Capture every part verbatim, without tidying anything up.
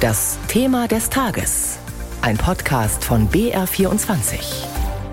Das Thema des Tages. Ein Podcast von B R vierundzwanzig.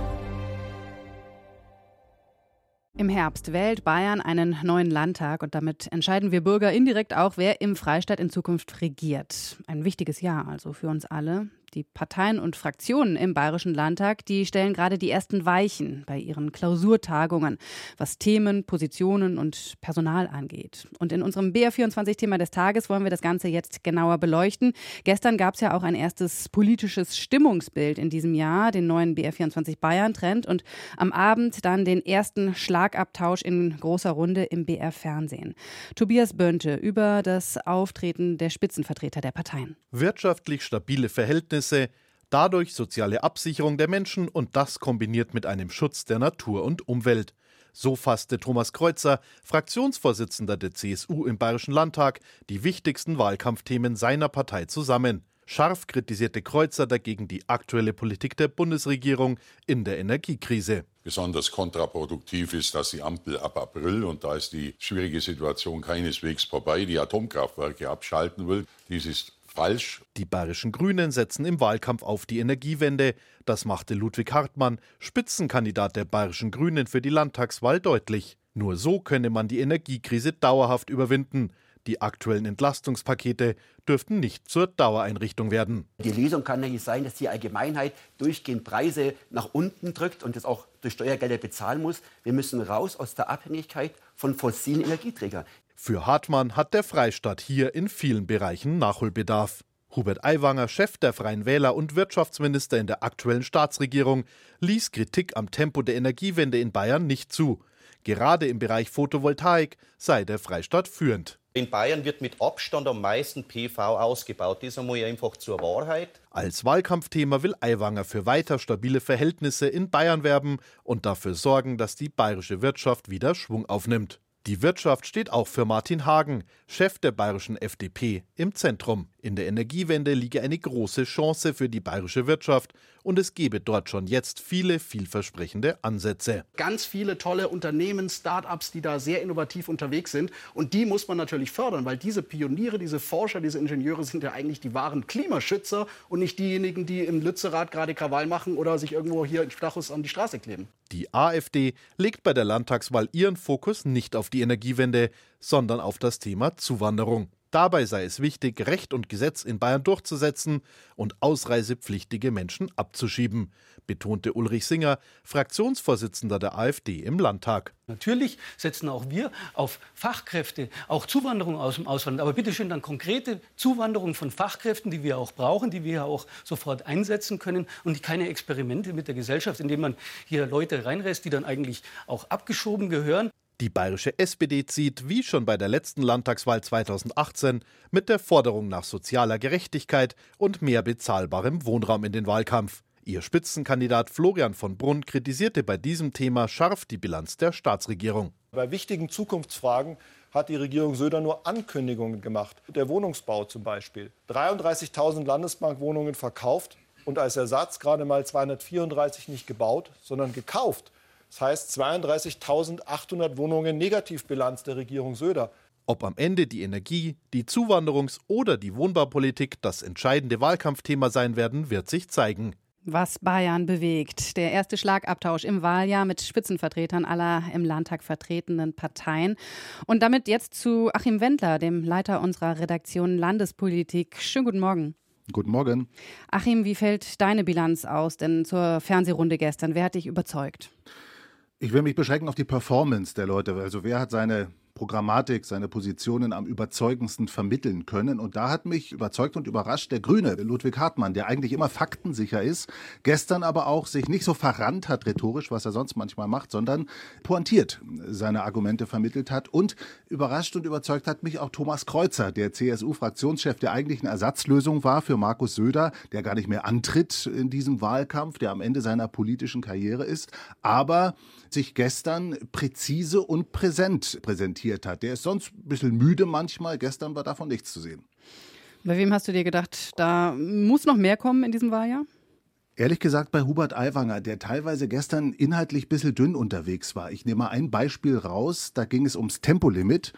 Im Herbst wählt Bayern einen neuen Landtag und damit entscheiden wir Bürger indirekt auch, wer im Freistaat in Zukunft regiert. Ein wichtiges Jahr also für uns alle. Die Parteien und Fraktionen im Bayerischen Landtag, die stellen gerade die ersten Weichen bei ihren Klausurtagungen, was Themen, Positionen und Personal angeht. Und in unserem B R vierundzwanzig-Thema des Tages wollen wir das Ganze jetzt genauer beleuchten. Gestern gab es ja auch ein erstes politisches Stimmungsbild in diesem Jahr, den neuen B R vierundzwanzig Bayern-Trend und am Abend dann den ersten Schlagabtausch in großer Runde im B R Fernsehen. Tobias Böhnte über das Auftreten der Spitzenvertreter der Parteien. Wirtschaftlich stabile Verhältnisse, dadurch soziale Absicherung der Menschen und das kombiniert mit einem Schutz der Natur und Umwelt. So fasste Thomas Kreuzer, Fraktionsvorsitzender der C S U im Bayerischen Landtag, die wichtigsten Wahlkampfthemen seiner Partei zusammen. Scharf kritisierte Kreuzer dagegen die aktuelle Politik der Bundesregierung in der Energiekrise. Besonders kontraproduktiv ist, dass die Ampel ab April, und da ist die schwierige Situation keineswegs vorbei, die Atomkraftwerke abschalten will. Dies ist falsch. Die bayerischen Grünen setzen im Wahlkampf auf die Energiewende. Das machte Ludwig Hartmann, Spitzenkandidat der bayerischen Grünen für die Landtagswahl, deutlich. Nur so könne man die Energiekrise dauerhaft überwinden. Die aktuellen Entlastungspakete dürften nicht zur Dauereinrichtung werden. Die Lösung kann nicht sein, dass die Allgemeinheit durchgehend Preise nach unten drückt und das auch durch Steuergelder bezahlen muss. Wir müssen raus aus der Abhängigkeit von fossilen Energieträgern. Für Hartmann hat der Freistaat hier in vielen Bereichen Nachholbedarf. Hubert Aiwanger, Chef der Freien Wähler und Wirtschaftsminister in der aktuellen Staatsregierung, ließ Kritik am Tempo der Energiewende in Bayern nicht zu. Gerade im Bereich Photovoltaik sei der Freistaat führend. In Bayern wird mit Abstand am meisten P V ausgebaut. Das ist einmal einfach zur Wahrheit. Als Wahlkampfthema will Aiwanger für weiter stabile Verhältnisse in Bayern werben und dafür sorgen, dass die bayerische Wirtschaft wieder Schwung aufnimmt. Die Wirtschaft steht auch für Martin Hagen, Chef der bayerischen F D P, im Zentrum. In der Energiewende liege eine große Chance für die bayerische Wirtschaft und es gebe dort schon jetzt viele vielversprechende Ansätze. Ganz viele tolle Unternehmen, Start-ups, die da sehr innovativ unterwegs sind und die muss man natürlich fördern, weil diese Pioniere, diese Forscher, diese Ingenieure sind ja eigentlich die wahren Klimaschützer und nicht diejenigen, die im Lützerath gerade Krawall machen oder sich irgendwo hier in Stachus an die Straße kleben. Die AfD legt bei der Landtagswahl ihren Fokus nicht auf die Energiewende, sondern auf das Thema Zuwanderung. Dabei sei es wichtig, Recht und Gesetz in Bayern durchzusetzen und ausreisepflichtige Menschen abzuschieben, betonte Ulrich Singer, Fraktionsvorsitzender der AfD im Landtag. Natürlich setzen auch wir auf Fachkräfte, auch Zuwanderung aus dem Ausland. Aber bitte schön dann konkrete Zuwanderung von Fachkräften, die wir auch brauchen, die wir auch sofort einsetzen können und keine Experimente mit der Gesellschaft, indem man hier Leute reinlässt, die dann eigentlich auch abgeschoben gehören. Die bayerische S P D zieht, wie schon bei der letzten Landtagswahl zweitausendachtzehn, mit der Forderung nach sozialer Gerechtigkeit und mehr bezahlbarem Wohnraum in den Wahlkampf. Ihr Spitzenkandidat Florian von Brunn kritisierte bei diesem Thema scharf die Bilanz der Staatsregierung. Bei wichtigen Zukunftsfragen hat die Regierung Söder nur Ankündigungen gemacht. Der Wohnungsbau zum Beispiel. dreiunddreißigtausend Landesbankwohnungen verkauft und als Ersatz gerade mal zweihundertvierunddreißig nicht gebaut, sondern gekauft. Das heißt zweiunddreißigtausendachthundert Wohnungen Negativbilanz der Regierung Söder. Ob am Ende die Energie-, die Zuwanderungs- oder die Wohnbaupolitik das entscheidende Wahlkampfthema sein werden, wird sich zeigen. Was Bayern bewegt. Der erste Schlagabtausch im Wahljahr mit Spitzenvertretern aller im Landtag vertretenen Parteien. Und damit jetzt zu Achim Wendler, dem Leiter unserer Redaktion Landespolitik. Schönen guten Morgen. Guten Morgen. Achim, wie fällt deine Bilanz aus denn zur Fernsehrunde gestern? Wer hat dich überzeugt? Ich will mich beschränken auf die Performance der Leute. Also wer hat seine Programmatik, seine Positionen am überzeugendsten vermitteln können. Und da hat mich überzeugt und überrascht der Grüne, Ludwig Hartmann, der eigentlich immer faktensicher ist, gestern aber auch sich nicht so verrannt hat rhetorisch, was er sonst manchmal macht, sondern pointiert seine Argumente vermittelt hat. Und überrascht und überzeugt hat mich auch Thomas Kreuzer, der C S U-Fraktionschef, der eigentlich eine Ersatzlösung war für Markus Söder, der gar nicht mehr antritt in diesem Wahlkampf, der am Ende seiner politischen Karriere ist, aber sich gestern präzise und präsent präsentiert hat. Der ist sonst ein bisschen müde manchmal. Gestern war davon nichts zu sehen. Bei wem hast du dir gedacht, da muss noch mehr kommen in diesem Wahljahr? Ehrlich gesagt bei Hubert Aiwanger, der teilweise gestern inhaltlich ein bisschen dünn unterwegs war. Ich nehme mal ein Beispiel raus, da ging es ums Tempolimit.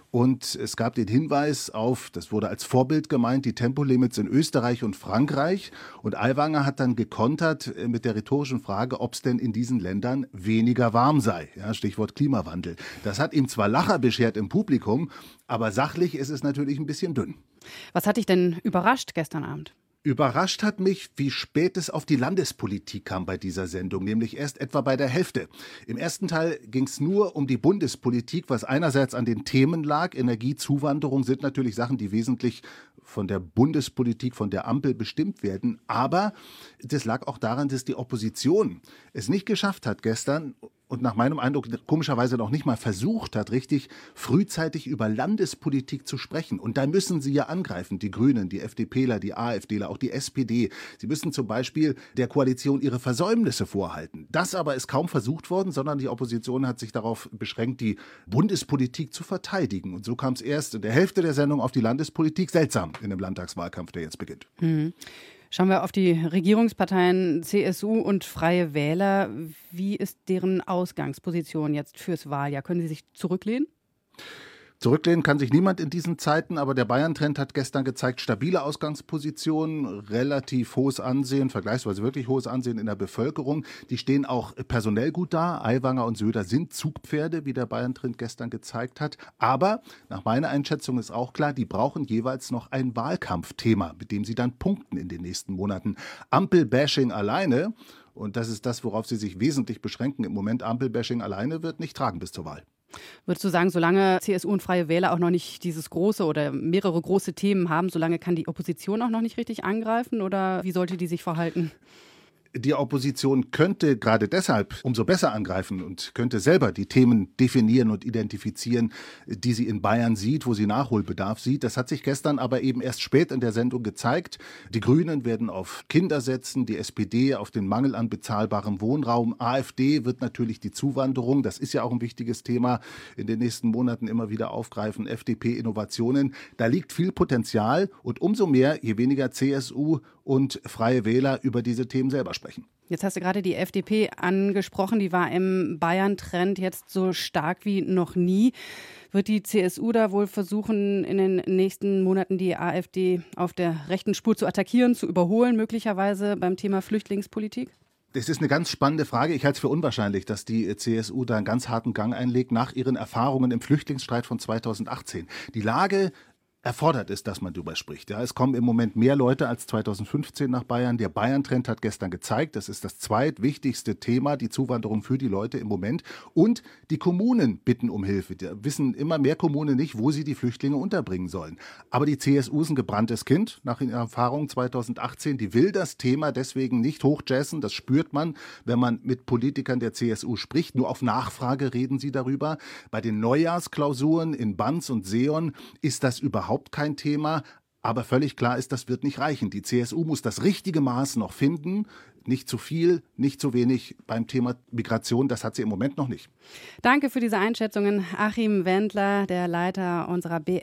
Und es gab den Hinweis auf, das wurde als Vorbild gemeint, die Tempolimits in Österreich und Frankreich. Und Aiwanger hat dann gekontert mit der rhetorischen Frage, ob es denn in diesen Ländern weniger warm sei. Ja, Stichwort Klimawandel. Das hat ihm zwar Lacher beschert im Publikum, aber sachlich ist es natürlich ein bisschen dünn. Was hat dich denn überrascht gestern Abend? Überrascht hat mich, wie spät es auf die Landespolitik kam bei dieser Sendung, nämlich erst etwa bei der Hälfte. Im ersten Teil ging es nur um die Bundespolitik, was einerseits an den Themen lag. Energie, Zuwanderung sind natürlich Sachen, die wesentlich von der Bundespolitik, von der Ampel bestimmt werden. Aber das lag auch daran, dass die Opposition es nicht geschafft hat gestern und nach meinem Eindruck komischerweise noch nicht mal versucht hat, richtig frühzeitig über Landespolitik zu sprechen. Und da müssen sie ja angreifen, die Grünen, die FDPler, die AfDler, auch die S P D. Sie müssen zum Beispiel der Koalition ihre Versäumnisse vorhalten. Das aber ist kaum versucht worden, sondern die Opposition hat sich darauf beschränkt, die Bundespolitik zu verteidigen. Und so kam es erst in der Hälfte der Sendung auf die Landespolitik. Seltsam in dem Landtagswahlkampf, der jetzt beginnt. Mhm. Schauen wir auf die Regierungsparteien C S U und Freie Wähler. Wie ist deren Ausgangsposition jetzt fürs Wahljahr? Können sie sich zurücklehnen? Zurücklehnen kann sich niemand in diesen Zeiten, aber der Bayern-Trend hat gestern gezeigt, stabile Ausgangspositionen, relativ hohes Ansehen, vergleichsweise wirklich hohes Ansehen in der Bevölkerung. Die stehen auch personell gut da. Aiwanger und Söder sind Zugpferde, wie der Bayern-Trend gestern gezeigt hat. Aber nach meiner Einschätzung ist auch klar, die brauchen jeweils noch ein Wahlkampfthema, mit dem sie dann punkten in den nächsten Monaten. Ampel-Bashing alleine, und das ist das, worauf sie sich wesentlich beschränken im Moment, Ampel-Bashing alleine wird nicht tragen bis zur Wahl. Würdest du sagen, solange C S U und Freie Wähler auch noch nicht dieses große oder mehrere große Themen haben, solange kann die Opposition auch noch nicht richtig angreifen oder wie sollte die sich verhalten? Die Opposition könnte gerade deshalb umso besser angreifen und könnte selber die Themen definieren und identifizieren, die sie in Bayern sieht, wo sie Nachholbedarf sieht. Das hat sich gestern aber eben erst spät in der Sendung gezeigt. Die Grünen werden auf Kinder setzen, die S P D auf den Mangel an bezahlbarem Wohnraum. AfD wird natürlich die Zuwanderung, das ist ja auch ein wichtiges Thema, in den nächsten Monaten immer wieder aufgreifen. F D P Innovationen, da liegt viel Potenzial und umso mehr, je weniger C S U und Freie Wähler über diese Themen selber sprechen. Jetzt hast du gerade die F D P angesprochen, die war im Bayern-Trend jetzt so stark wie noch nie. Wird die C S U da wohl versuchen, in den nächsten Monaten die AfD auf der rechten Spur zu attackieren, zu überholen, möglicherweise beim Thema Flüchtlingspolitik? Das ist eine ganz spannende Frage. Ich halte es für unwahrscheinlich, dass die C S U da einen ganz harten Gang einlegt nach ihren Erfahrungen im Flüchtlingsstreit von zweitausendachtzehn. Die Lage erfordert es, dass man darüber spricht. Ja, es kommen im Moment mehr Leute als zweitausendfünfzehn nach Bayern. Der Bayern-Trend hat gestern gezeigt, das ist das zweitwichtigste Thema, die Zuwanderung für die Leute im Moment. Und die Kommunen bitten um Hilfe. Da wissen immer mehr Kommunen nicht, wo sie die Flüchtlinge unterbringen sollen. Aber die C S U ist ein gebranntes Kind nach ihrer Erfahrung zweitausendachtzehn. Die will das Thema deswegen nicht hochjazzen. Das spürt man, wenn man mit Politikern der C S U spricht. Nur auf Nachfrage reden sie darüber. Bei den Neujahrsklausuren in Banz und Seeon ist das überhaupt überhaupt kein Thema, aber völlig klar ist, das wird nicht reichen. Die C S U muss das richtige Maß noch finden, nicht zu viel, nicht zu wenig beim Thema Migration, das hat sie im Moment noch nicht. Danke für diese Einschätzungen, Achim Wendler, der Leiter unserer B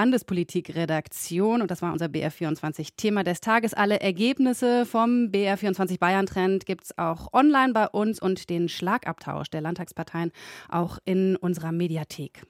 R-Landespolitik-Redaktion, und das war unser B R vierundzwanzig-Thema des Tages. Alle Ergebnisse vom B R vierundzwanzig Bayern-Trend gibt es auch online bei uns und den Schlagabtausch der Landtagsparteien auch in unserer Mediathek.